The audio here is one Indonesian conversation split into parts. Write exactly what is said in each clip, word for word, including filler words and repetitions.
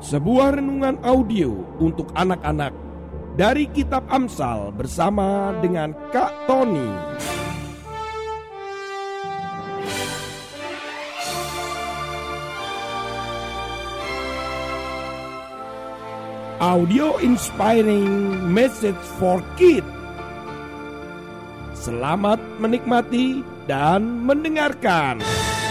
Sebuah renungan audio untuk anak-anak dari Kitab Amsal bersama dengan Kak Tony. Audio inspiring message for kids. Selamat menikmati dan mendengarkan.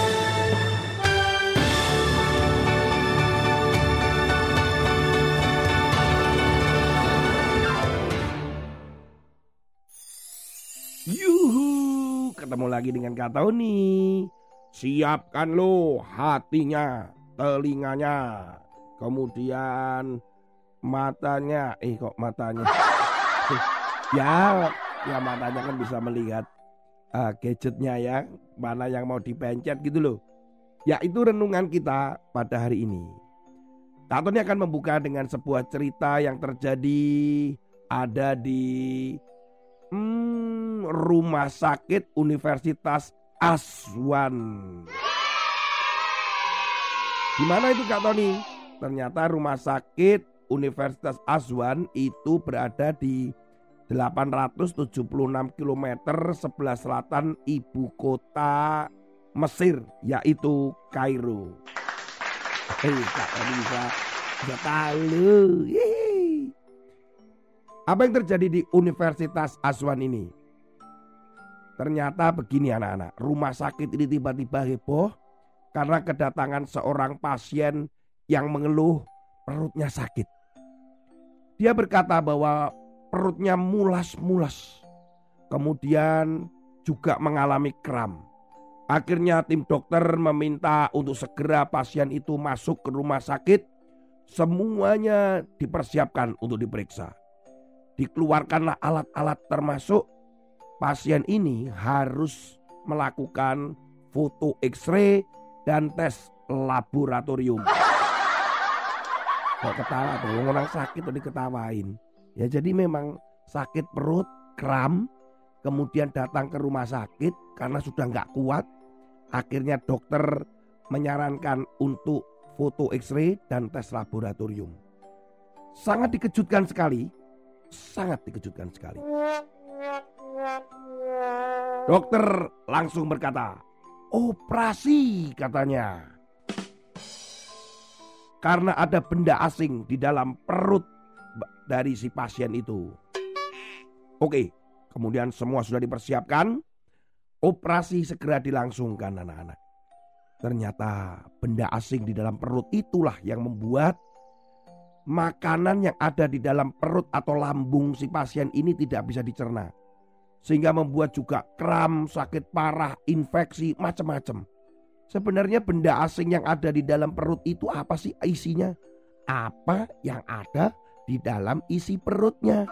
Yuhu, ketemu lagi dengan Kak Tony. Siapkan lo hatinya, telinganya, kemudian matanya. Eh kok matanya? ya, ya matanya kan bisa melihat uh, gadgetnya ya, mana yang mau dipencet gitu loh. Ya, itu renungan kita pada hari ini. Kak Tony akan membuka dengan sebuah cerita yang terjadi ada di Hmm, Rumah Sakit Universitas Aswan. Di mana itu Kak Tony? Ternyata Rumah Sakit Universitas Aswan itu berada di delapan ratus tujuh puluh enam kilometer sebelah selatan ibu kota Mesir, yaitu Kairo. Hei, Kak Tony bisa, bisa tahu. Yeay. Apa yang terjadi di Universitas Aswan ini? Ternyata begini anak-anak, rumah sakit ini tiba-tiba heboh karena kedatangan seorang pasien yang mengeluh perutnya sakit. Dia berkata bahwa perutnya mulas-mulas, kemudian juga mengalami kram. Akhirnya tim dokter meminta untuk segera pasien itu masuk ke rumah sakit. Semuanya dipersiapkan untuk diperiksa. Dikeluarkanlah alat-alat termasuk pasien ini harus melakukan foto X-ray dan tes laboratorium. Kok ketawa tuh, orang sakit tuh diketawain. Ya jadi memang sakit perut, kram, kemudian datang ke rumah sakit karena sudah nggak kuat. Akhirnya dokter menyarankan untuk foto X-ray dan tes laboratorium. Sangat dikejutkan sekali. Sangat dikejutkan sekali. Dokter langsung berkata, operasi katanya. Karena ada benda asing di dalam perut dari si pasien itu. Oke, kemudian semua sudah dipersiapkan. Operasi segera dilangsungkan anak-anak. Ternyata benda asing di dalam perut itulah yang membuat makanan yang ada di dalam perut atau lambung si pasien ini tidak bisa dicerna. Sehingga membuat juga kram, sakit parah, infeksi, macam-macam. Sebenarnya benda asing yang ada di dalam perut itu apa sih isinya? Apa yang ada di dalam isi perutnya?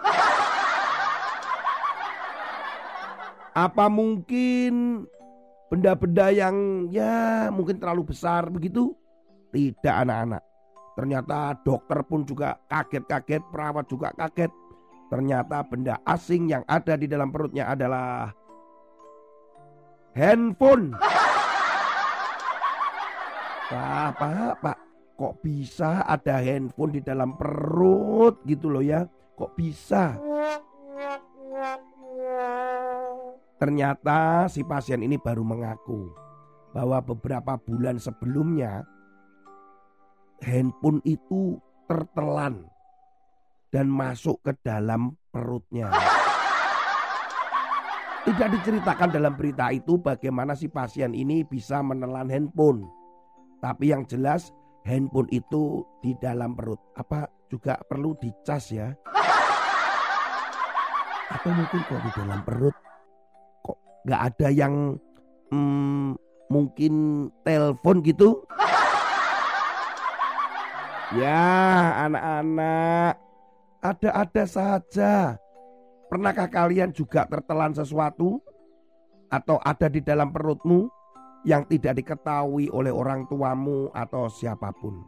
Apa mungkin benda-benda yang ya mungkin terlalu besar begitu? Tidak anak-anak. Ternyata dokter pun juga kaget-kaget, perawat juga kaget. Ternyata benda asing yang ada di dalam perutnya adalah handphone. Wah, Pak, Pak, kok bisa ada handphone di dalam perut gitu loh ya? Kok bisa? Ternyata si pasien ini baru mengaku bahwa beberapa bulan sebelumnya handphone itu tertelan dan masuk ke dalam perutnya. Tidak diceritakan dalam berita itu bagaimana si pasien ini bisa menelan handphone. Tapi yang jelas handphone itu di dalam perut. Apa juga perlu dicas ya? Atau mungkin kok di dalam perut kok gak ada yang hmm, mungkin telepon gitu? Ya anak-anak, ada-ada saja. Pernahkah kalian juga tertelan sesuatu atau ada di dalam perutmu yang tidak diketahui oleh orang tuamu atau siapapun?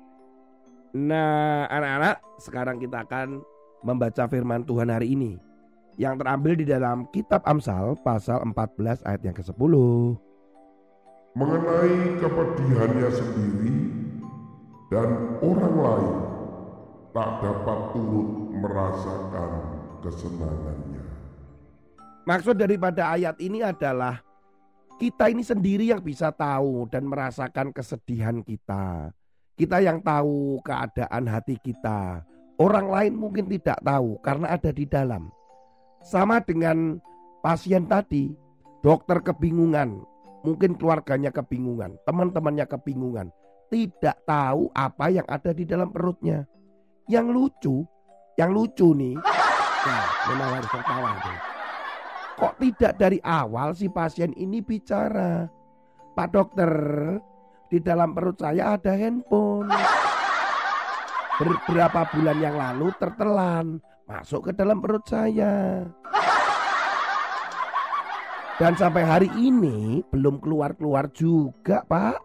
Nah anak-anak, sekarang kita akan membaca firman Tuhan hari ini yang terambil di dalam Kitab Amsal pasal empat belas ayat yang kesepuluh. Mengenai kepedihannya sendiri, dan orang lain tak dapat turut merasakan kesenangannya. Maksud daripada ayat ini adalah kita ini sendiri yang bisa tahu dan merasakan kesedihan kita. Kita yang tahu keadaan hati kita. Orang lain mungkin tidak tahu karena ada di dalam. Sama dengan pasien tadi, dokter kebingungan, mungkin keluarganya kebingungan, teman-temannya kebingungan, tidak tahu apa yang ada di dalam perutnya. Yang lucu, yang lucu nih, nah, memang harus tertawa deh. Kok tidak dari awal si pasien ini bicara, "Pak dokter, di dalam perut saya ada handphone. Beberapa bulan yang lalu tertelan, masuk ke dalam perut saya. Dan sampai hari ini belum keluar-keluar juga, Pak."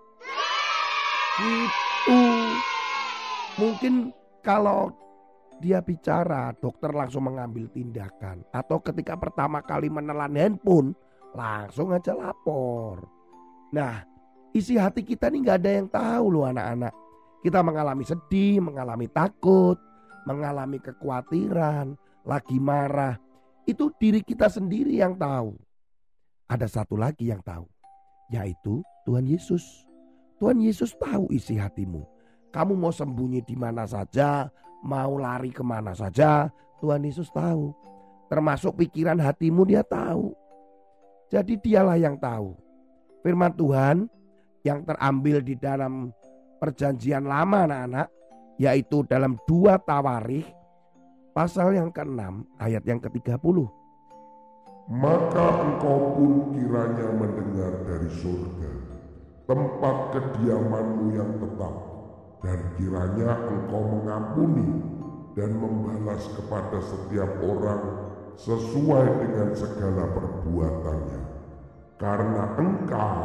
Gitu. Mungkin kalau dia bicara, dokter langsung mengambil tindakan. Atau ketika pertama kali menelan handphone, langsung aja lapor. Nah, isi hati kita ini gak ada yang tahu loh anak-anak. Kita mengalami sedih, mengalami takut, mengalami kekhawatiran, lagi marah. Itu diri kita sendiri yang tahu. Ada satu lagi yang tahu, yaitu Tuhan Yesus. Tuhan Yesus tahu isi hatimu. Kamu mau sembunyi di mana saja, mau lari kemana saja, Tuhan Yesus tahu. Termasuk pikiran hatimu dia tahu. Jadi dialah yang tahu. Firman Tuhan yang terambil di dalam perjanjian lama anak-anak, yaitu dalam dua Tawarikh pasal yang keenam ayat yang ketiga puluh. Maka engkau pun kiranya mendengar dari surga, tempat kediamanmu yang tetap, dan kiranya engkau mengampuni dan membalas kepada setiap orang sesuai dengan segala perbuatannya, karena engkau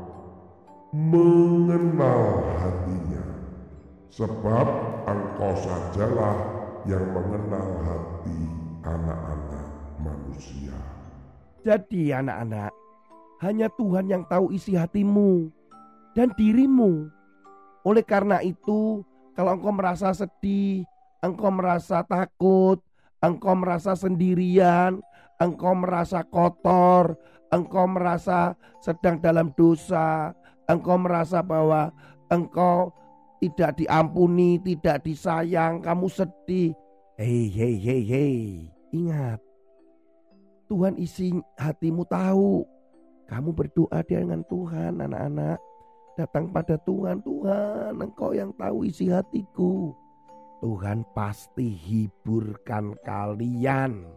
mengenal hatinya, sebab engkau sajalah yang mengenal hati anak-anak manusia. Jadi anak-anak, hanya Tuhan yang tahu isi hatimu dan dirimu. Oleh karena itu, kalau engkau merasa sedih, engkau merasa takut, engkau merasa sendirian, engkau merasa kotor, engkau merasa sedang dalam dosa, engkau merasa bahwa engkau tidak diampuni, tidak disayang, kamu sedih. Hei, hei, hei, hei, ingat. Tuhan isi hatimu tahu. Kamu berdoa dengan Tuhan anak-anak. Datang pada Tuhan. Tuhan, engkau yang tahu isi hatiku. Tuhan pasti hiburkan kalian.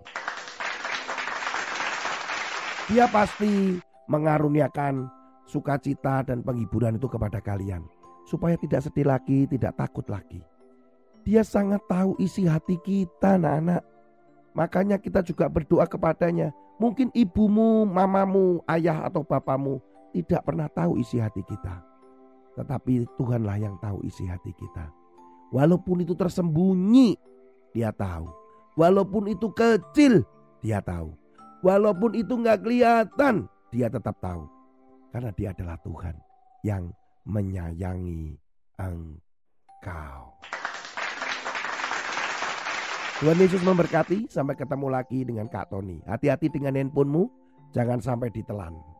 Dia pasti mengaruniakan sukacita dan penghiburan itu kepada kalian. Supaya tidak sedih lagi, tidak takut lagi. Dia sangat tahu isi hati kita anak-anak. Makanya kita juga berdoa kepadanya. Mungkin ibumu, mamamu, ayah atau bapamu tidak pernah tahu isi hati kita. Tetapi Tuhanlah yang tahu isi hati kita. Walaupun itu tersembunyi, dia tahu. Walaupun itu kecil, dia tahu. Walaupun itu gak kelihatan, dia tetap tahu. Karena dia adalah Tuhan yang menyayangi engkau. Tuhan Yesus memberkati. Sampai ketemu lagi dengan Kak Tony. Hati-hati dengan handphonemu, jangan sampai ditelan.